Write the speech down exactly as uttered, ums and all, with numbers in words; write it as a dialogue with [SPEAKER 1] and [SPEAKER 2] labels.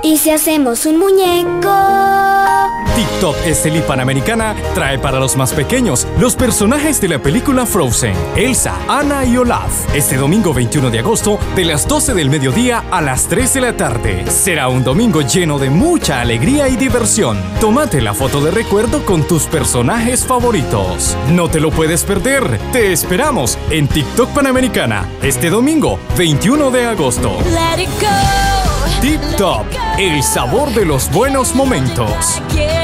[SPEAKER 1] ¿Y si hacemos un muñeco?
[SPEAKER 2] TikTok Estelí Panamericana trae para los más pequeños los personajes de la película Frozen, Elsa, Anna y Olaf. Este domingo veintiuno de agosto, de las doce del mediodía a las tres de la tarde. Será un domingo lleno de mucha alegría y diversión. Tómate la foto de recuerdo con tus personajes favoritos. No te lo puedes perder. Te esperamos en TikTok Panamericana este domingo veintiuno de agosto.
[SPEAKER 3] Let it go.
[SPEAKER 2] TikTok, el sabor de los buenos momentos.